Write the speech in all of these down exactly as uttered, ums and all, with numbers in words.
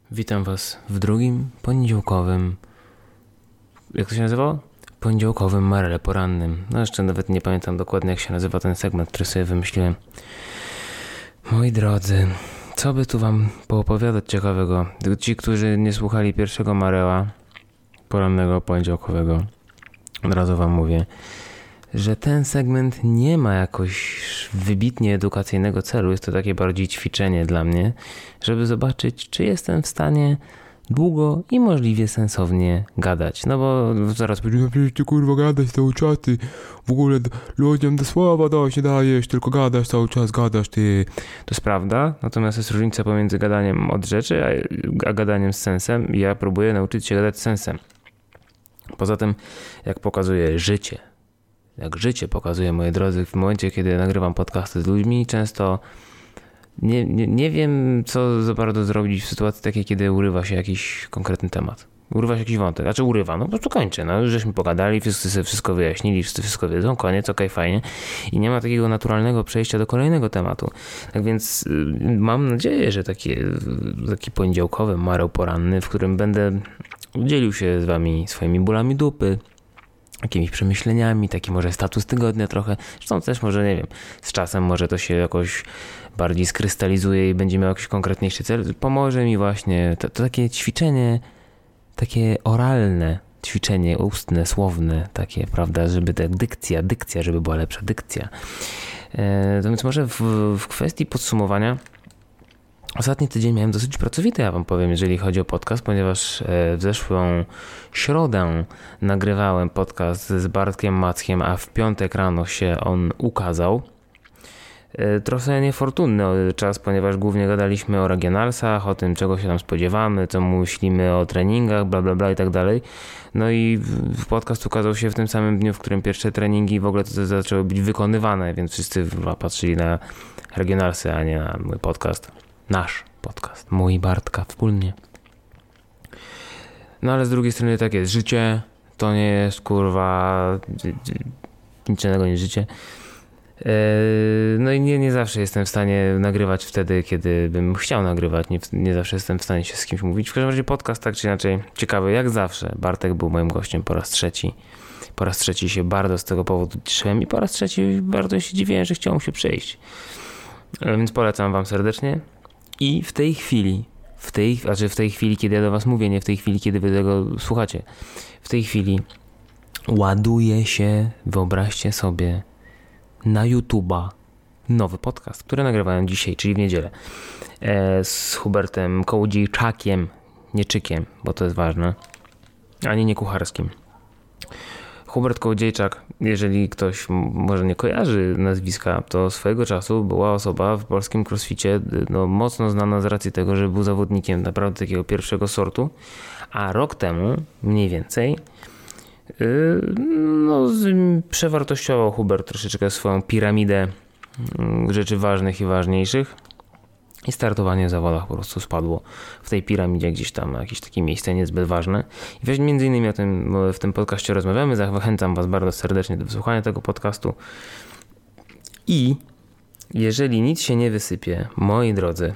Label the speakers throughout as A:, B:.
A: Witam Was w drugim poniedziałkowym, jak to się nazywało? Poniedziałkowym Marele porannym. No jeszcze nawet nie pamiętam dokładnie, jak się nazywa ten segment, który sobie wymyśliłem. Moi drodzy, co by tu Wam poopowiadać ciekawego? Ci, którzy nie słuchali pierwszego Marela porannego, poniedziałkowego, od razu Wam mówię, że ten segment nie ma jakoś wybitnie edukacyjnego celu. Jest to takie bardziej ćwiczenie dla mnie, żeby zobaczyć, czy jestem w stanie długo i możliwie sensownie gadać. No bo zaraz powiedzieć, no ty kurwa gadasz cały czas, ty w ogóle ludziom do słowa dać nie dajesz, tylko gadasz cały czas, gadasz ty. To jest prawda, natomiast jest różnica pomiędzy gadaniem od rzeczy, a, a gadaniem z sensem. Ja próbuję nauczyć się gadać z sensem. Poza tym, jak pokazuje życie, jak życie pokazuje, moi drodzy, w momencie, kiedy nagrywam podcasty z ludźmi, często nie, nie, nie wiem, co za bardzo zrobić w sytuacji takiej, kiedy urywa się jakiś konkretny temat. Urywa się jakiś wątek. Znaczy urywa, no po prostu kończę. No już żeśmy pogadali, wszyscy sobie wszystko wyjaśnili, wszyscy wszystko wiedzą, koniec, okej, okay, fajnie. I nie ma takiego naturalnego przejścia do kolejnego tematu. Tak więc y, mam nadzieję, że taki, taki poniedziałkowy mareł poranny, w którym będę dzielił się z wami swoimi bólami dupy, jakimiś przemyśleniami, taki może status tygodnia trochę. Zresztą też może, nie wiem, z czasem może to się jakoś bardziej skrystalizuje i będzie miał jakiś konkretniejszy cel. Pomoże mi właśnie to, to takie ćwiczenie, takie oralne ćwiczenie, ustne, słowne, takie, prawda, żeby ta dykcja, dykcja, żeby była lepsza dykcja. E, to więc może w, w kwestii podsumowania ostatni tydzień miałem dosyć pracowity, ja wam powiem, jeżeli chodzi o podcast, ponieważ w zeszłą środę nagrywałem podcast z Bartkiem Mackiem, a w piątek rano się on ukazał. Trochę niefortunny czas, ponieważ głównie gadaliśmy o regionalsach, o tym, czego się tam spodziewamy, co myślimy o treningach, bla bla bla i tak dalej. No i podcast ukazał się w tym samym dniu, w którym pierwsze treningi w ogóle to zaczęły być wykonywane, więc wszyscy patrzyli na regionalsy, a nie na mój podcast. Nasz podcast, mój Bartka, wspólnie. No ale z drugiej strony tak jest, życie to nie jest kurwa nic innego niż życie. No i nie, nie zawsze jestem w stanie nagrywać wtedy, kiedy bym chciał nagrywać, nie, nie zawsze jestem w stanie się z kimś mówić. W każdym razie podcast tak czy inaczej ciekawy, jak zawsze. Bartek był moim gościem po raz trzeci. Po raz trzeci się bardzo z tego powodu cieszyłem i po raz trzeci bardzo się dziwiłem, że chciał mu się przyjść. Więc polecam wam serdecznie. I w tej chwili, w tej, znaczy w tej chwili, kiedy ja do was mówię, nie w tej chwili, kiedy wy tego słuchacie, w tej chwili ładuje się, wyobraźcie sobie, na YouTube'a nowy podcast, który nagrywałem dzisiaj, czyli w niedzielę, e, z Hubertem Kołodziejczakiem, nie Czykiem, bo to jest ważne, ani nie Kucharskim. Hubert Kołodziejczak, jeżeli ktoś może nie kojarzy nazwiska, to swojego czasu była osoba w polskim crossficie no, mocno znana z racji tego, że był zawodnikiem naprawdę takiego pierwszego sortu, a rok temu mniej więcej yy, no, przewartościował Hubert troszeczkę swoją piramidę rzeczy ważnych i ważniejszych. I startowanie w zawodach po prostu spadło w tej piramidzie gdzieś tam, jakieś takie miejsce niezbyt ważne. I weź między innymi o tym w tym podcaście rozmawiamy. Zachęcam was bardzo serdecznie do wysłuchania tego podcastu. I jeżeli nic się nie wysypie, moi drodzy,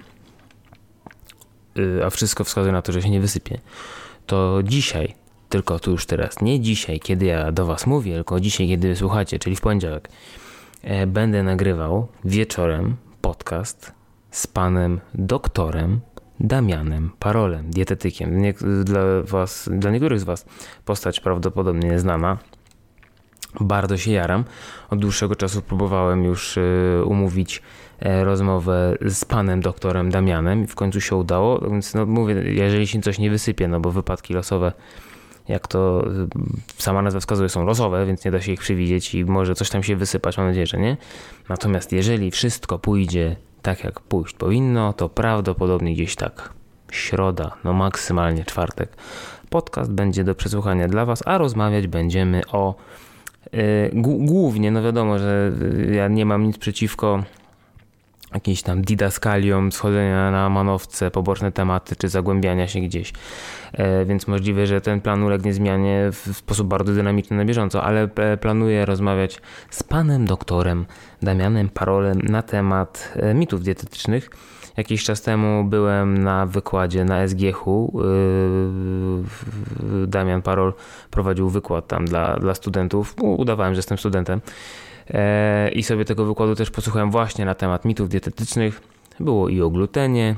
A: a wszystko wskazuje na to, że się nie wysypie, to dzisiaj, tylko tu już teraz, nie dzisiaj, kiedy ja do was mówię, tylko dzisiaj, kiedy słuchacie, czyli w poniedziałek, będę nagrywał wieczorem podcast z panem doktorem Damianem Parolem, dietetykiem. Nie, dla was, dla niektórych z was postać prawdopodobnie nieznana. Bardzo się jaram. Od dłuższego czasu próbowałem już y, umówić e, rozmowę z panem doktorem Damianem i w końcu się udało. Więc no, mówię, jeżeli się coś nie wysypie, no bo wypadki losowe, jak to y, sama nazwa wskazuje, są losowe, więc nie da się ich przewidzieć i może coś tam się wysypać, mam nadzieję, że nie. Natomiast jeżeli wszystko pójdzie tak jak pójść powinno, to prawdopodobnie gdzieś tak środa, no maksymalnie czwartek. Podcast będzie do przesłuchania dla was, a rozmawiać będziemy o yy, g- głównie, no wiadomo, że ja nie mam nic przeciwko jakimś tam didaskaliom, schodzenia na manowce, poboczne tematy, czy zagłębiania się gdzieś. E, więc możliwe, że ten plan ulegnie zmianie w sposób bardzo dynamiczny na bieżąco, ale planuję rozmawiać z panem doktorem Damianem Parolem na temat mitów dietetycznych. Jakiś czas temu byłem na wykładzie na S G H U. Damian Parol prowadził wykład tam dla, dla studentów. Udawałem, że jestem studentem. I sobie tego wykładu też posłuchałem właśnie na temat mitów dietetycznych. Było i o glutenie,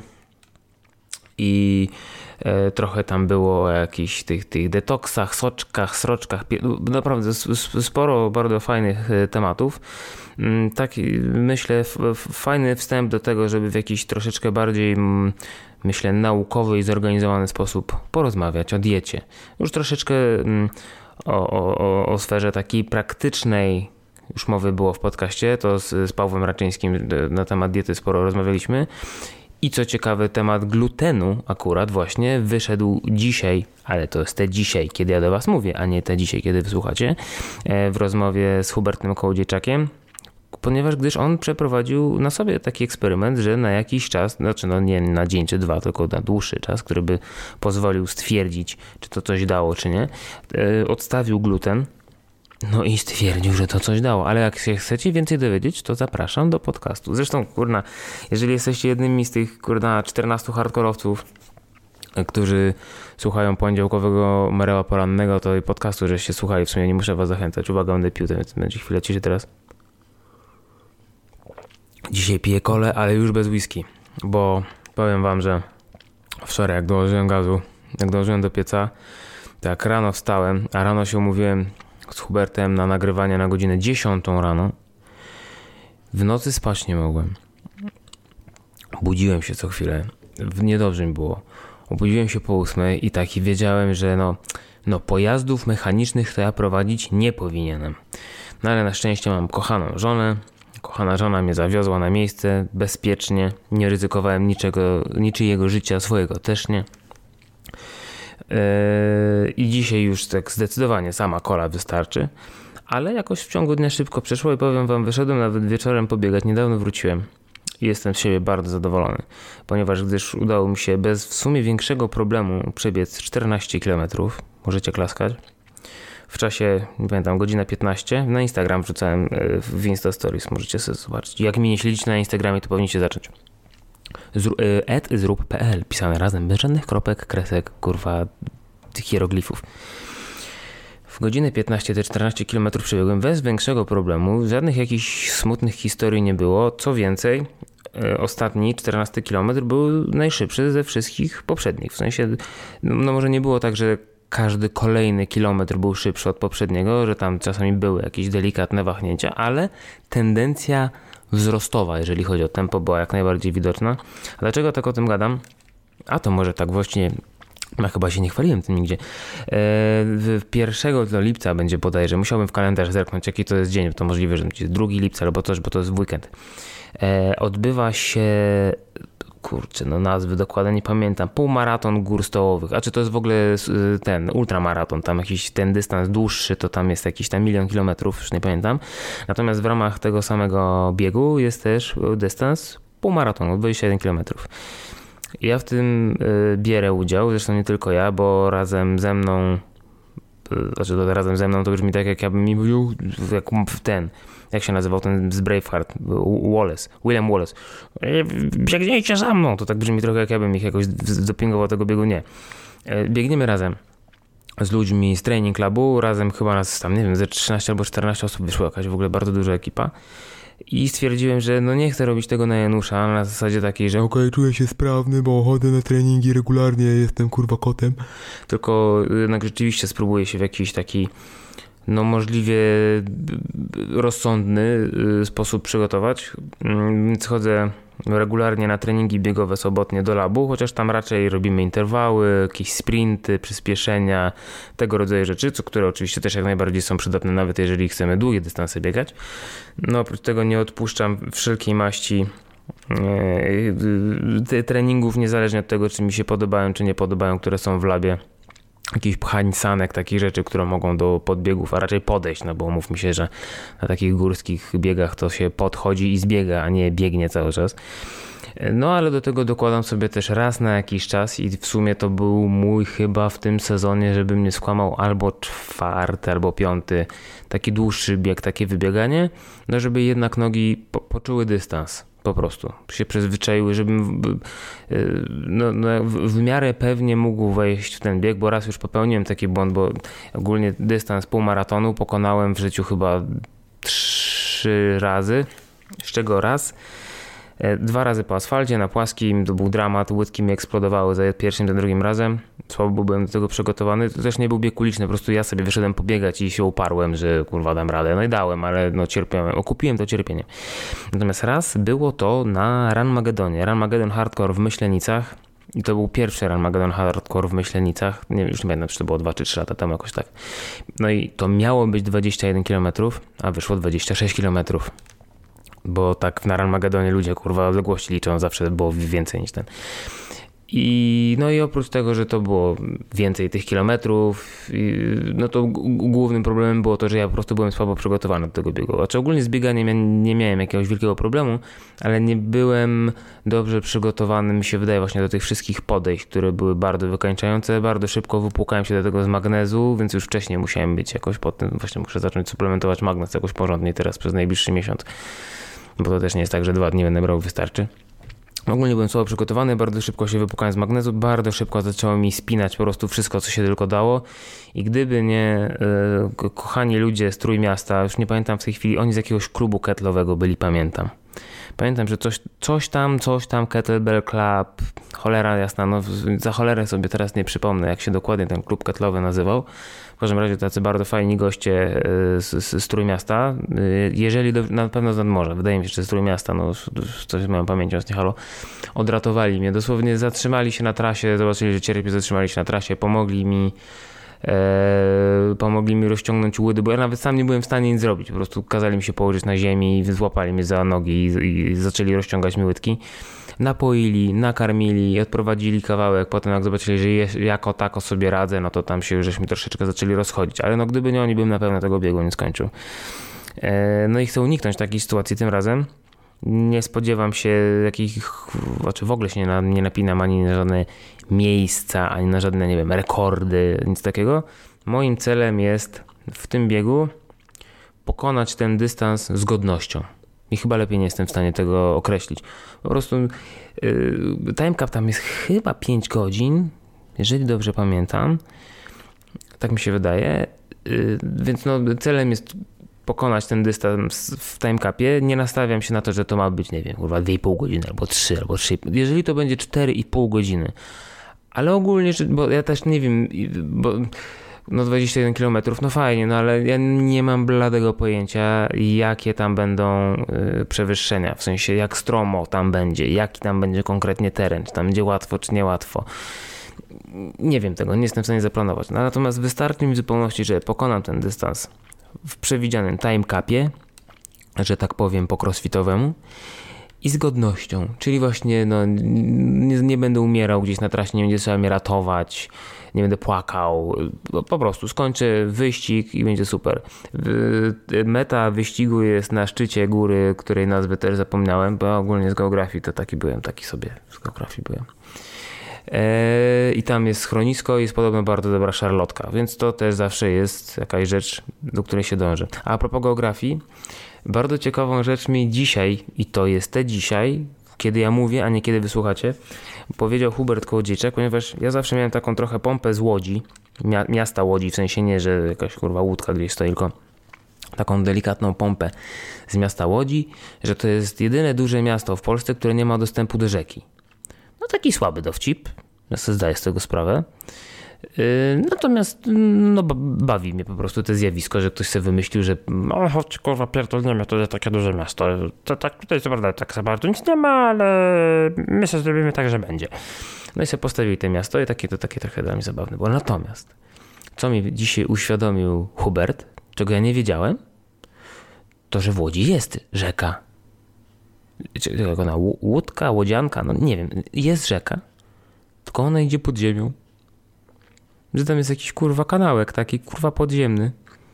A: i trochę tam było o jakichś tych, tych detoksach, soczkach, sroczkach. Naprawdę sporo bardzo fajnych tematów. Taki, myślę, fajny wstęp do tego, żeby w jakiś troszeczkę bardziej, myślę, naukowy i zorganizowany sposób porozmawiać o diecie. Już troszeczkę o, o, o sferze takiej praktycznej już mowy było w podcaście, to z, z Pawłem Raczyńskim na temat diety sporo rozmawialiśmy. I co ciekawe, temat glutenu akurat właśnie wyszedł dzisiaj, ale to jest te dzisiaj, kiedy ja do was mówię, a nie te dzisiaj, kiedy wysłuchacie, w rozmowie z Hubertem Kołodziejczakiem, ponieważ gdyż on przeprowadził na sobie taki eksperyment, że na jakiś czas, znaczy no nie na dzień czy dwa, tylko na dłuższy czas, który by pozwolił stwierdzić, czy to coś dało, czy nie, odstawił gluten. No i stwierdził, że to coś dało, ale jak się chcecie więcej dowiedzieć, to zapraszam do podcastu. Zresztą, kurna, jeżeli jesteście jednymi z tych, kurna, czternastu hardkorowców, którzy słuchają poniedziałkowego Mareła Porannego, to i podcastu, żeście słuchali, w sumie nie muszę was zachęcać. Uwaga, będę pił, więc będzie chwilę ciszy teraz. Dzisiaj piję kolę, ale już bez whisky, bo powiem wam, że wczoraj jak dołożyłem gazu, jak dołożyłem do pieca, tak rano wstałem, a rano się umówiłem z Hubertem na nagrywanie na godzinę dziesiątą rano. W nocy spać nie mogłem. Budziłem się co chwilę. Niedobrze mi było. Obudziłem się po ósmej i tak i wiedziałem, że no, no pojazdów mechanicznych to ja prowadzić nie powinienem. No ale na szczęście mam kochaną żonę. Kochana żona mnie zawiozła na miejsce bezpiecznie. Nie ryzykowałem niczego, niczyjego życia, swojego też nie. I dzisiaj już tak zdecydowanie sama kola wystarczy, ale jakoś w ciągu dnia szybko przeszło i powiem wam, wyszedłem nawet wieczorem pobiegać, niedawno wróciłem i jestem z siebie bardzo zadowolony, ponieważ gdyż udało mi się bez w sumie większego problemu przebiec czternaście kilometrów, możecie klaskać, w czasie, nie pamiętam, godzina piętnaście, na Instagram wrzucałem w Insta Stories, możecie sobie zobaczyć. Jak mnie nie śledzicie na Instagramie, to powinniście zacząć. et zrób kropka pe el, pisane razem, bez żadnych kropek, kresek, kurwa, tych hieroglifów. W godzinę piętnaście te czternaście kilometrów przebiegłem bez większego problemu, żadnych jakichś smutnych historii nie było. Co więcej, ostatni czternasty kilometr był najszybszy ze wszystkich poprzednich. W sensie, no może nie było tak, że każdy kolejny kilometr był szybszy od poprzedniego, że tam czasami były jakieś delikatne wahnięcia, ale tendencja wzrostowa, jeżeli chodzi o tempo, była jak najbardziej widoczna. A dlaczego tak o tym gadam? A to może tak właśnie, ja chyba się nie chwaliłem tym nigdzie. Eee, pierwszego lipca będzie bodajże, musiałbym w kalendarz zerknąć, jaki to jest dzień, to możliwe, że będzie drugiego lipca albo coś, bo to jest w weekend. Eee, odbywa się, kurczę, no nazwy dokładnie nie pamiętam, półmaraton gór stołowych, a czy to jest w ogóle ten ultramaraton, tam jakiś ten dystans dłuższy, to tam jest jakiś tam milion kilometrów, już nie pamiętam. Natomiast w ramach tego samego biegu jest też dystans półmaratonu, dwadzieścia jeden kilometrów. Ja w tym bierę udział, zresztą nie tylko ja, bo razem ze mną, znaczy to razem ze mną to brzmi tak, jak ja bym mi mówił, jak ten, jak się nazywał ten z Braveheart, Wallace, William Wallace. Biegnijcie za mną, to tak brzmi trochę, jak ja bym ich jakoś dopingował tego biegu, nie. Biegniemy razem z ludźmi z training clubu, razem chyba nas tam, nie wiem, ze trzynaście albo czternaście osób wyszła, jakaś w ogóle bardzo duża ekipa. I stwierdziłem, że no nie chcę robić tego na Janusza, na zasadzie takiej, że okej, okay, czuję się sprawny, bo chodzę na treningi regularnie, jestem kurwa kotem. Tylko jednak rzeczywiście spróbuję się w jakiś taki, no możliwie rozsądny sposób przygotować. Więc chodzę regularnie na treningi biegowe sobotnie do labu, chociaż tam raczej robimy interwały, jakieś sprinty, przyspieszenia, tego rodzaju rzeczy, co, które oczywiście też jak najbardziej są przydatne, nawet jeżeli chcemy długie dystanse biegać. No oprócz tego nie odpuszczam wszelkiej maści e, treningów, niezależnie od tego, czy mi się podobają, czy nie podobają, które są w labie. Jakichś pchań sanek, takich rzeczy, które mogą do podbiegów, a raczej podejść, no bo umówmy się, że na takich górskich biegach to się podchodzi i zbiega, a nie biegnie cały czas. No ale do tego dokładam sobie też raz na jakiś czas i w sumie to był mój chyba w tym sezonie, żebym nie skłamał, albo czwarty, albo piąty, taki dłuższy bieg, takie wybieganie, no żeby jednak nogi po- poczuły dystans. po prostu. Się przyzwyczaiły, żebym no, no, w miarę pewnie mógł wejść w ten bieg, bo raz już popełniłem taki błąd, bo ogólnie dystans półmaratonu pokonałem w życiu chyba trzy razy, z czego raz dwa razy po asfalcie, na płaskim, to był dramat, łydki mi eksplodowały za pierwszym, za drugim razem. Słabo byłem do tego przygotowany. To też nie był bieg uliczny, po prostu ja sobie wyszedłem pobiegać i się uparłem, że kurwa dam radę. No i dałem, ale no cierpiałem, okupiłem to cierpienie. Natomiast raz było to na Runmagedonie. Runmagedon Hardcore w Myślenicach. I to był pierwszy Runmagedon Hardcore w Myślenicach. Nie wiem, już nie pamiętam, czy to było dwa czy trzy lata temu, jakoś tak. No i to miało być dwadzieścia jeden kilometrów, a wyszło dwadzieścia sześć kilometrów. Bo tak na Runmagedonie ludzie kurwa odległości liczą, zawsze było więcej niż ten. I no i oprócz tego, że to było więcej tych kilometrów, no to g- głównym problemem było to, że ja po prostu byłem słabo przygotowany do tego biegu. Znaczy ogólnie z bieganiem ja nie miałem jakiegoś wielkiego problemu, ale nie byłem dobrze przygotowany, mi się wydaje, właśnie do tych wszystkich podejść, które były bardzo wykańczające. Bardzo szybko wypłukałem się do tego z magnezu, więc już wcześniej musiałem być jakoś po tym, właśnie muszę zacząć suplementować magnez jakoś porządnie teraz przez najbliższy miesiąc. Bo to też nie jest tak, że dwa dni będę brał, wystarczy. Ogólnie byłem słabo przygotowany, bardzo szybko się wypukałem z magnezu, bardzo szybko zaczęło mi spinać po prostu wszystko, co się tylko dało. I gdyby nie yy, kochani ludzie z Trójmiasta, już nie pamiętam w tej chwili, oni z jakiegoś klubu ketlowego byli, pamiętam. Pamiętam, że coś, coś tam, coś tam, Kettlebell Club, cholera jasna, no za cholerę sobie teraz nie przypomnę, jak się dokładnie ten klub ketlowy nazywał. W każdym razie tacy bardzo fajni goście z, z, z Trójmiasta. Jeżeli do, na pewno z nadmorza, wydaje mi się, że z Trójmiasta, no coś z moją pamięcią jest niehalo, odratowali mnie. Dosłownie zatrzymali się na trasie, zobaczyli, że cierpię, zatrzymali się na trasie, pomogli mi e, pomogli mi rozciągnąć łydy, bo ja nawet sam nie byłem w stanie nic zrobić. Po prostu kazali mi się położyć na ziemi, złapali mnie za nogi i, i zaczęli rozciągać mi łydki. Napoili, nakarmili, odprowadzili kawałek, potem jak zobaczyli, że je, jako tako sobie radzę, no to tam się już żeśmy troszeczkę zaczęli rozchodzić, ale no gdyby nie oni, bym na pewno tego biegu nie skończył. E, no i chcę uniknąć takiej sytuacji tym razem. Nie spodziewam się jakich, znaczy w ogóle się nie, nie napinam ani na żadne miejsca, ani na żadne, nie wiem, rekordy, nic takiego. Moim celem jest w tym biegu pokonać ten dystans z godnością. I chyba lepiej nie jestem w stanie tego określić. Po prostu yy, time cap tam jest chyba pięć godzin, jeżeli dobrze pamiętam. Tak mi się wydaje. Yy, więc no, celem jest pokonać ten dystans w time capie. Nie nastawiam się na to, że to ma być, nie wiem, kurwa dwie i pół godziny, albo trzy, albo trzy. Jeżeli to będzie cztery i pół godziny. Ale ogólnie, bo ja też nie wiem, bo no dwadzieścia jeden kilometrów, no fajnie, no ale ja nie mam bladego pojęcia, jakie tam będą y, przewyższenia, w sensie jak stromo tam będzie, jaki tam będzie konkretnie teren, czy tam będzie łatwo, czy niełatwo. Nie wiem tego, nie jestem w stanie zaplanować. No, natomiast wystarczy mi w zupełności, że pokonam ten dystans w przewidzianym time capie, że tak powiem po crossfitowemu, i z godnością, czyli właśnie no, nie, nie będę umierał gdzieś na trasie, nie będzie trzeba mnie ratować, nie będę płakał, po prostu skończę wyścig i będzie super. Meta wyścigu jest na szczycie góry, której nazwy też zapomniałem, bo ogólnie z geografii to taki byłem, taki sobie z geografii byłem. I tam jest schronisko i jest podobno bardzo dobra szarlotka, więc to też zawsze jest jakaś rzecz, do której się dąży. A propos geografii, bardzo ciekawą rzecz mi dzisiaj, i to jest te dzisiaj, kiedy ja mówię, a nie kiedy wysłuchacie, powiedział Hubert Kołodziejczak, ponieważ ja zawsze miałem taką trochę pompę z Łodzi, mia- miasta Łodzi, w sensie nie, że jakaś kurwa łódka gdzieś stoi, tylko taką delikatną pompę z miasta Łodzi, że to jest jedyne duże miasto w Polsce, które nie ma dostępu do rzeki. No taki słaby dowcip, ja sobie zdaję z tego sprawę. Yy, natomiast no, bawi mnie po prostu to zjawisko, że ktoś sobie wymyślił, że no chodź kurwa pierdolniemy, to jest takie duże miasto. To, tak, tutaj co prawda tak za bardzo nic nie ma, ale my sobie zrobimy tak, że będzie. No i sobie postawili to miasto i takie to takie trochę dla mnie zabawne było. Natomiast co mi dzisiaj uświadomił Hubert, czego ja nie wiedziałem, to że w Łodzi jest rzeka. Jak ona, łódka, łodzianka, no nie wiem, jest rzeka, tylko ona idzie pod ziemią. Że tam jest jakiś kurwa kanałek, taki kurwa podziemny.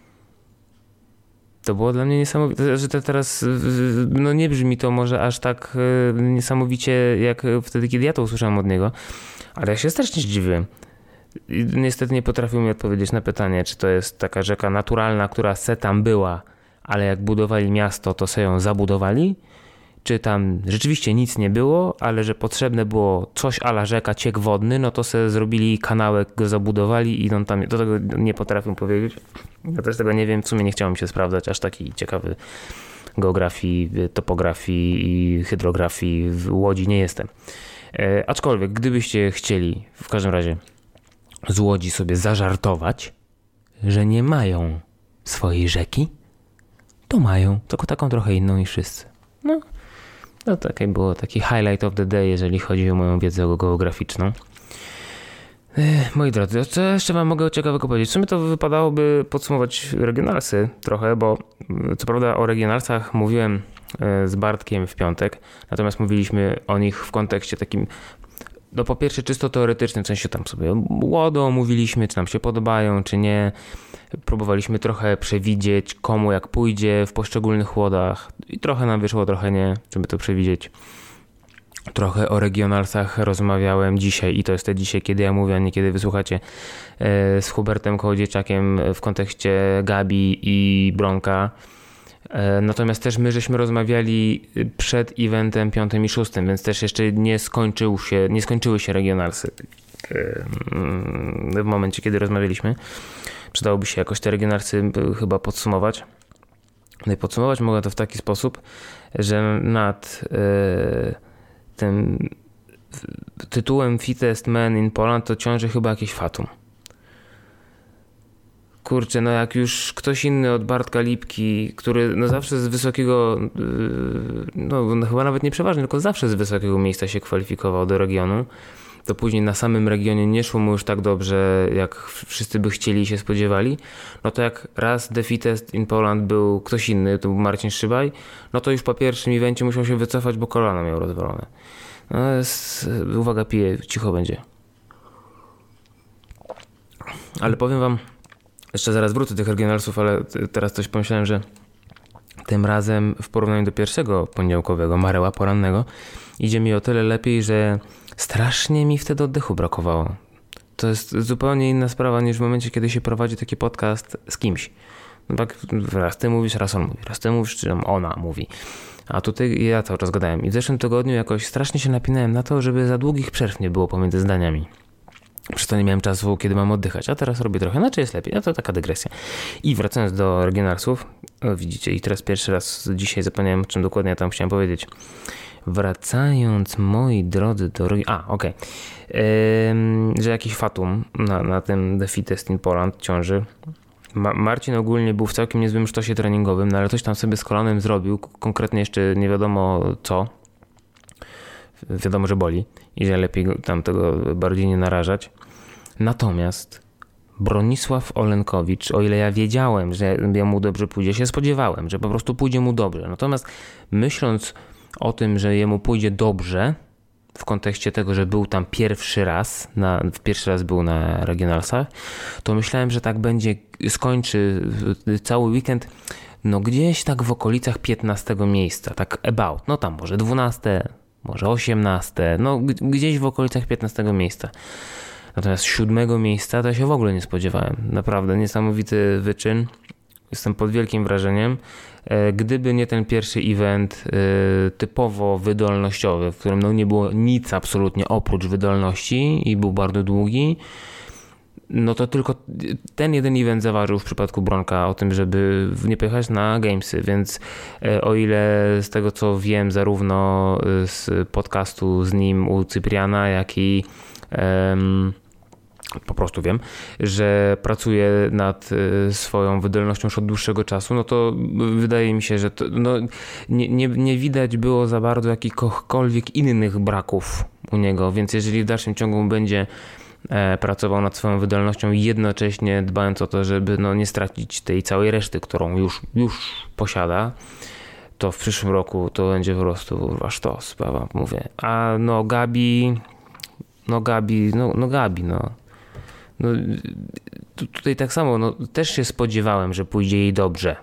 A: To było dla mnie niesamowite, że to teraz, no nie brzmi to może aż tak niesamowicie jak wtedy, kiedy ja to usłyszałem od niego, ale ja się strasznie zdziwiłem. I niestety nie potrafił mi odpowiedzieć na pytanie, czy to jest taka rzeka naturalna, która se tam była, ale jak budowali miasto, to se ją zabudowali, czy tam rzeczywiście nic nie było, ale że potrzebne było coś a la rzeka, ciek wodny, no to sobie zrobili kanałek, go zabudowali i on tam, do tego nie potrafię powiedzieć. Ja też tego nie wiem, w sumie nie chciałem się sprawdzać, aż taki ciekawy geografii, topografii i hydrografii w Łodzi nie jestem. E, aczkolwiek, gdybyście chcieli w każdym razie z Łodzi sobie zażartować, że nie mają swojej rzeki, to mają, tylko taką trochę inną niż wszyscy. No, to takie było taki highlight of the day, jeżeli chodzi o moją wiedzę geograficzną. Ech, moi drodzy, co jeszcze wam mogę ciekawego powiedzieć? W sumie to wypadałoby podsumować regionalsy trochę, bo co prawda o regionalsach mówiłem z Bartkiem w piątek, natomiast mówiliśmy o nich w kontekście takim, no po pierwsze czysto teoretycznym, w sensie tam sobie łodo mówiliśmy, czy nam się podobają, czy nie. Próbowaliśmy trochę przewidzieć, komu jak pójdzie w poszczególnych łodach i trochę nam wyszło, trochę nie, żeby to przewidzieć. Trochę o regionalsach rozmawiałem dzisiaj i to jest te dzisiaj, kiedy ja mówię, a nie kiedy wysłuchacie, z Hubertem Kołodziejczakiem w kontekście Gabi i Bronka. Natomiast też my żeśmy rozmawiali przed eventem piątym i szóstym, więc też jeszcze nie skończył się, nie skończyły się regionalsy w momencie, kiedy rozmawialiśmy. Przydałoby się jakoś te regionalsy chyba podsumować. No i podsumować mogę to w taki sposób, że nad tym tytułem Fittest Man in Poland to ciąży chyba jakieś fatum. Kurczę, no jak już ktoś inny od Bartka Lipki, który no zawsze z wysokiego, no, no chyba nawet nie przeważnie, tylko zawsze z wysokiego miejsca się kwalifikował do regionu, to później na samym regionie nie szło mu już tak dobrze, jak wszyscy by chcieli i się spodziewali, no to jak raz The Fittest in Poland był ktoś inny, to był Marcin Szybaj, no to już po pierwszym evencie musiał się wycofać, bo kolano miał rozwalone. No jest, uwaga, piję, cicho będzie. Ale powiem wam, jeszcze zaraz wrócę do tych regionalsów, ale teraz coś pomyślałem, że tym razem w porównaniu do pierwszego poniedziałkowego, Mareła porannego, idzie mi o tyle lepiej, że strasznie mi wtedy oddechu brakowało. To jest zupełnie inna sprawa niż w momencie, kiedy się prowadzi taki podcast z kimś. No tak raz ty mówisz, raz on mówi, raz ty mówisz, czy ona mówi. A tutaj ja cały czas gadałem. I w zeszłym tygodniu jakoś strasznie się napinałem na to, żeby za długich przerw nie było pomiędzy zdaniami. Przez to nie miałem czasu, kiedy mam oddychać, a teraz robię trochę, znaczy jest lepiej, no to taka dygresja. I wracając do regionalsów, o, widzicie, i teraz pierwszy raz dzisiaj zapomniałem, o czym dokładnie ja tam chciałem powiedzieć. Wracając, moi drodzy, do... A, okej. Okay. Że jakiś fatum na, na tym The Fittest in Poland ciąży. Ma- Marcin ogólnie był w całkiem niezłym sztosie treningowym, no ale coś tam sobie z kolanem zrobił, konkretnie jeszcze nie wiadomo co. Wiadomo, że boli i że lepiej tam tego bardziej nie narażać. Natomiast Bronisław Olenkowicz, o ile ja wiedziałem, że mu dobrze pójdzie, się spodziewałem, że po prostu pójdzie mu dobrze. Natomiast myśląc o tym, że jemu pójdzie dobrze, w kontekście tego, że był tam pierwszy raz, na, pierwszy raz był na regionalsach, to myślałem, że tak będzie, skończy cały weekend no gdzieś tak w okolicach piętnastego miejsca, tak about, no tam może dwunaste, może osiemnaste, no gdzieś w okolicach piętnastego miejsca. Natomiast siódmego miejsca to ja się w ogóle nie spodziewałem. Naprawdę niesamowity wyczyn. Jestem pod wielkim wrażeniem. Gdyby nie ten pierwszy event typowo wydolnościowy, w którym no nie było nic absolutnie oprócz wydolności i był bardzo długi, no to tylko ten jeden event zaważył w przypadku Bronka o tym, żeby nie pojechać na Gamesy, więc o ile z tego co wiem zarówno z podcastu z nim u Cypriana, jak i um, po prostu wiem, że pracuje nad swoją wydolnością już od dłuższego czasu, no to wydaje mi się, że to, no, nie, nie, nie widać było za bardzo jakichkolwiek innych braków u niego, więc jeżeli w dalszym ciągu będzie e, pracował nad swoją wydolnością i jednocześnie dbając o to, żeby no, nie stracić tej całej reszty, którą już, już posiada, to w przyszłym roku to będzie po prostu aż to sprawa, mówię. A no Gabi, no Gabi, no, no Gabi, no. No, tutaj tak samo, no, też się spodziewałem, że pójdzie jej dobrze.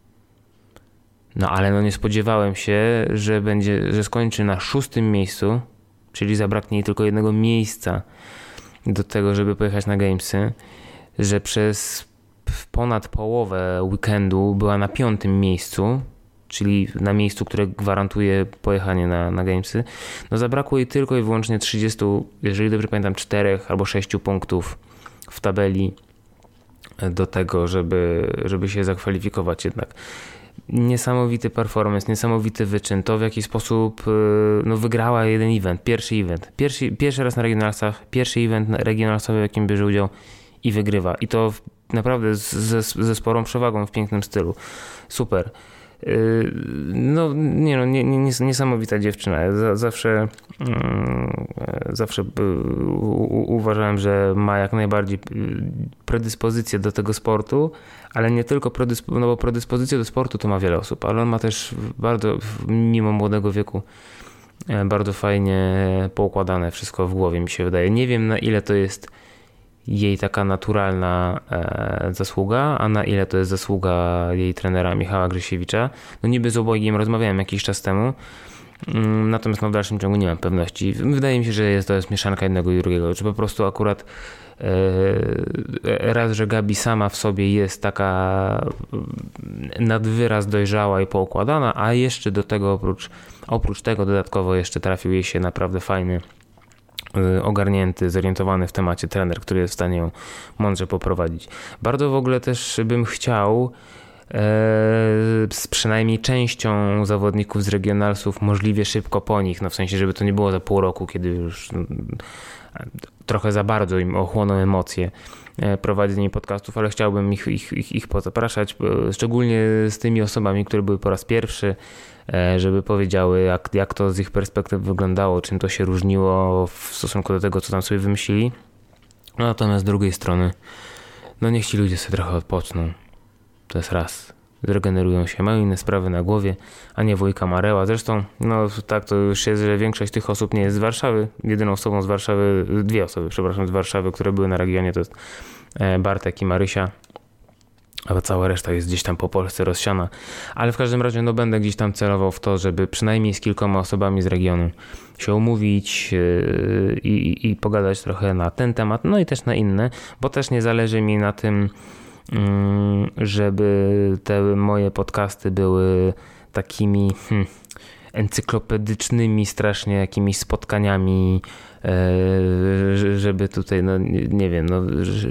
A: No ale no nie spodziewałem się, że będzie, że skończy na szóstym miejscu, czyli zabraknie jej tylko jednego miejsca do tego, żeby pojechać na Gamesy, że przez ponad połowę weekendu była na piątym miejscu, czyli na miejscu, które gwarantuje pojechanie na, na Gamesy, no zabrakło jej tylko i wyłącznie trzydzieści, jeżeli dobrze pamiętam, czterech albo sześciu punktów w tabeli do tego, żeby, żeby się zakwalifikować jednak. Niesamowity performance, niesamowity wyczyn, to w jaki sposób no, wygrała jeden event, pierwszy event, pierwszy, pierwszy raz na regionalsach, pierwszy event regionalsowy, w jakim bierze udział i wygrywa. I to naprawdę ze, ze sporą przewagą w pięknym stylu. Super. No nie no, nie, nie, niesamowita dziewczyna. Zawsze, zawsze uważałem, że ma jak najbardziej predyspozycję do tego sportu, ale nie tylko predyspo, no bo predyspozycję do sportu to ma wiele osób, ale on ma też bardzo, mimo młodego wieku, bardzo fajnie poukładane wszystko w głowie, mi się wydaje. Nie wiem, na ile to jest jej taka naturalna e, zasługa, a na ile to jest zasługa jej trenera Michała Grysiewicza. No niby z obojgiem rozmawiałem jakiś czas temu, mm, natomiast no, w dalszym ciągu nie mam pewności. Wydaje mi się, że jest, to jest mieszanka jednego i drugiego, czy po prostu akurat e, raz, że Gabi sama w sobie jest taka nad wyraz dojrzała i poukładana, a jeszcze do tego oprócz, oprócz tego dodatkowo jeszcze trafił jej się naprawdę fajny, ogarnięty, zorientowany w temacie trener, który jest w stanie ją mądrze poprowadzić. Bardzo w ogóle też bym chciał e, z przynajmniej częścią zawodników z regionalsów możliwie szybko po nich, no w sensie, żeby to nie było za pół roku, kiedy już no, trochę za bardzo im ochłoną emocje e, prowadzić z nimi podcastów, ale chciałbym ich, ich, ich, ich pozapraszać, szczególnie z tymi osobami, które były po raz pierwszy, żeby powiedziały, jak, jak to z ich perspektyw wyglądało, czym to się różniło w stosunku do tego, co tam sobie wymyślili. No, natomiast z drugiej strony, no niech ci ludzie sobie trochę odpoczną. To jest raz. Zregenerują się, mają inne sprawy na głowie, a nie wujka Mareła. Zresztą, no tak to już jest, że większość tych osób nie jest z Warszawy. Jedyną osobą z Warszawy, dwie osoby, przepraszam, z Warszawy, które były na regionie, to jest Bartek i Marysia. A cała reszta jest gdzieś tam po Polsce rozsiana. Ale w każdym razie no będę gdzieś tam celował w to, żeby przynajmniej z kilkoma osobami z regionu się umówić yy, i, i pogadać trochę na ten temat, no i też na inne, bo też nie zależy mi na tym, yy, żeby te moje podcasty były takimi hmm, encyklopedycznymi strasznie jakimiś spotkaniami, yy, żeby tutaj, no nie wiem, no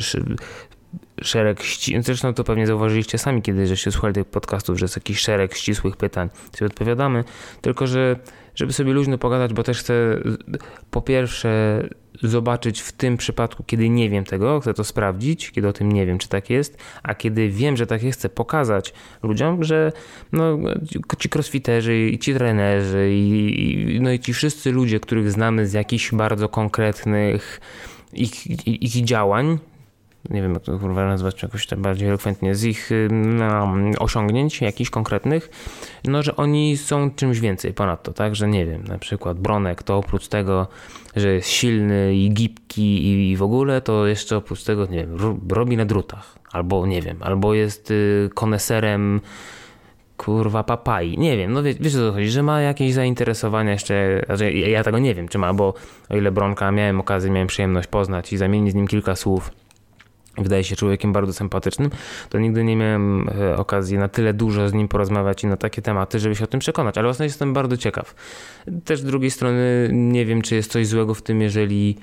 A: szereg, ści- zresztą to pewnie zauważyliście sami, kiedy żeście słuchali tych podcastów, że jest jakiś szereg ścisłych pytań, sobie odpowiadamy, tylko że żeby sobie luźno pogadać, bo też chcę po pierwsze zobaczyć w tym przypadku, kiedy nie wiem tego, chcę to sprawdzić, kiedy o tym nie wiem, czy tak jest, a kiedy wiem, że tak jest, chcę pokazać ludziom, że no, ci crossfiterzy i ci trenerzy i, i, no i ci wszyscy ludzie, których znamy z jakichś bardzo konkretnych ich, ich, ich działań, nie wiem jak to kurwa nazwać jakoś tak bardziej elokwentnie, z ich no, osiągnięć jakichś konkretnych, no że oni są czymś więcej ponad to, tak, że nie wiem, na przykład Bronek to oprócz tego, że jest silny i gibki i, i w ogóle, to jeszcze oprócz tego, nie wiem, robi na drutach, albo nie wiem, albo jest y, koneserem kurwa papai, nie wiem, no wie, wiesz o co chodzi, że ma jakieś zainteresowania jeszcze, znaczy ja, ja tego nie wiem, czy ma, bo o ile Bronka miałem okazję, miałem przyjemność poznać i zamienić z nim kilka słów, wydaje się człowiekiem bardzo sympatycznym, to nigdy nie miałem okazji na tyle dużo z nim porozmawiać i na takie tematy, żeby się o tym przekonać, ale właśnie jestem bardzo ciekaw. Też z drugiej strony nie wiem, czy jest coś złego w tym, jeżeli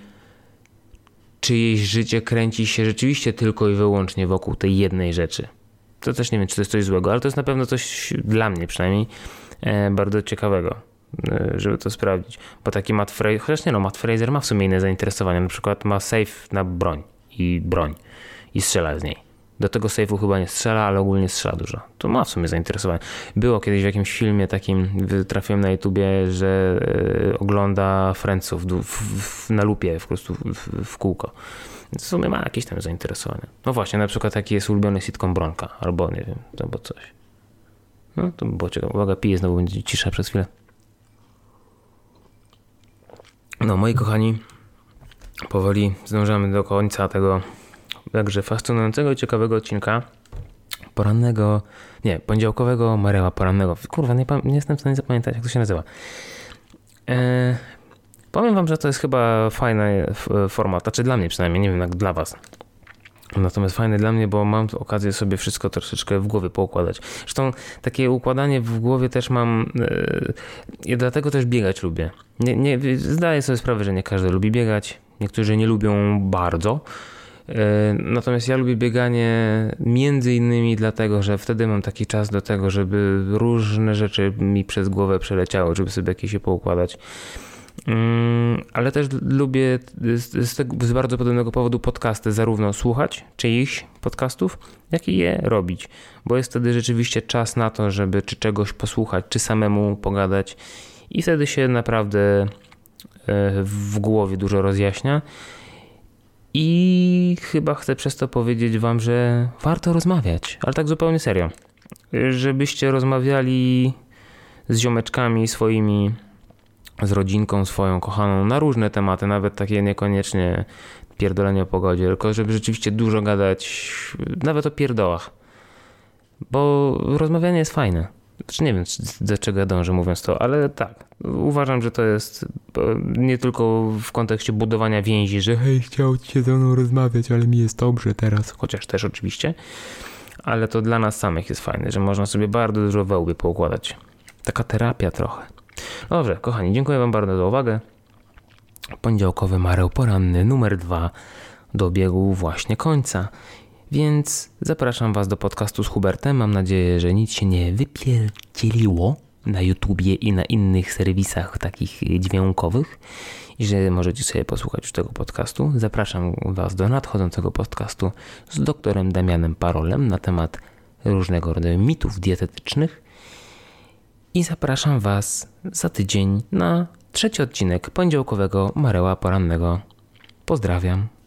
A: czyjeś życie kręci się rzeczywiście tylko i wyłącznie wokół tej jednej rzeczy. To też nie wiem, czy to jest coś złego, ale to jest na pewno coś dla mnie przynajmniej bardzo ciekawego, żeby to sprawdzić. Bo taki Matt Fraser, chociaż nie no, Matt Fraser ma w sumie inne zainteresowania, na przykład ma safe na broń i broń. I strzela z niej. Do tego sejfu chyba nie strzela, ale ogólnie strzela dużo. To ma w sumie zainteresowanie. Było kiedyś w jakimś filmie takim, trafiłem na YouTubie, że y, ogląda Friendsów w, w, na lupie, po prostu w, w, w kółko. Więc w sumie ma jakieś tam zainteresowanie. No właśnie, na przykład taki jest ulubiony sitcom Bronka, albo nie wiem, albo coś. No to by było ciekawe. Uwaga, piję, znowu będzie cisza przez chwilę. No moi kochani, powoli zdążamy do końca tego jakże fascynującego i ciekawego odcinka porannego, nie, poniedziałkowego Mareła porannego. Kurwa, nie, nie jestem w stanie zapamiętać, jak to się nazywa. Eee, powiem wam, że to jest chyba fajny format, znaczy dla mnie przynajmniej, nie wiem jak dla was. Natomiast fajne dla mnie, bo mam okazję sobie wszystko troszeczkę w głowie poukładać. Zresztą takie układanie w głowie też mam, i dlatego też biegać lubię. Nie, nie, zdaję sobie sprawę, że nie każdy lubi biegać, niektórzy nie lubią bardzo. Natomiast ja lubię bieganie między innymi dlatego, że wtedy mam taki czas do tego, żeby różne rzeczy mi przez głowę przeleciały, żeby sobie jakieś się poukładać. Ale też lubię z, tego, z bardzo podobnego powodu podcasty zarówno słuchać czyichś podcastów, jak i je robić, bo jest wtedy rzeczywiście czas na to, żeby czy czegoś posłuchać, czy samemu pogadać i wtedy się naprawdę w głowie dużo rozjaśnia. I chyba chcę przez to powiedzieć wam, że warto rozmawiać, ale tak zupełnie serio. Żebyście rozmawiali z ziomeczkami swoimi, z rodzinką swoją kochaną na różne tematy, nawet takie niekoniecznie pierdolenie o pogodzie, tylko żeby rzeczywiście dużo gadać, nawet o pierdołach. Bo rozmawianie jest fajne. Znaczy nie wiem, do czego ja dążę mówiąc to, ale tak. Uważam, że to jest nie tylko w kontekście budowania więzi, że hej, chciał się ze mną rozmawiać, ale mi jest dobrze teraz, chociaż też oczywiście, ale to dla nas samych jest fajne, że można sobie bardzo dużo we łbie poukładać. Taka terapia trochę. Dobrze, kochani, dziękuję wam bardzo za uwagę. Poniedziałkowy Mareł Poranny numer dwa dobiegł właśnie końca. Więc zapraszam was do podcastu z Hubertem. Mam nadzieję, że nic się nie wypierdzieliło na YouTubie i na innych serwisach takich dźwiękowych i że możecie sobie posłuchać już tego podcastu. Zapraszam was do nadchodzącego podcastu z doktorem Damianem Parolem na temat różnego rodzaju mitów dietetycznych i zapraszam was za tydzień na trzeci odcinek poniedziałkowego Mareła Porannego. Pozdrawiam.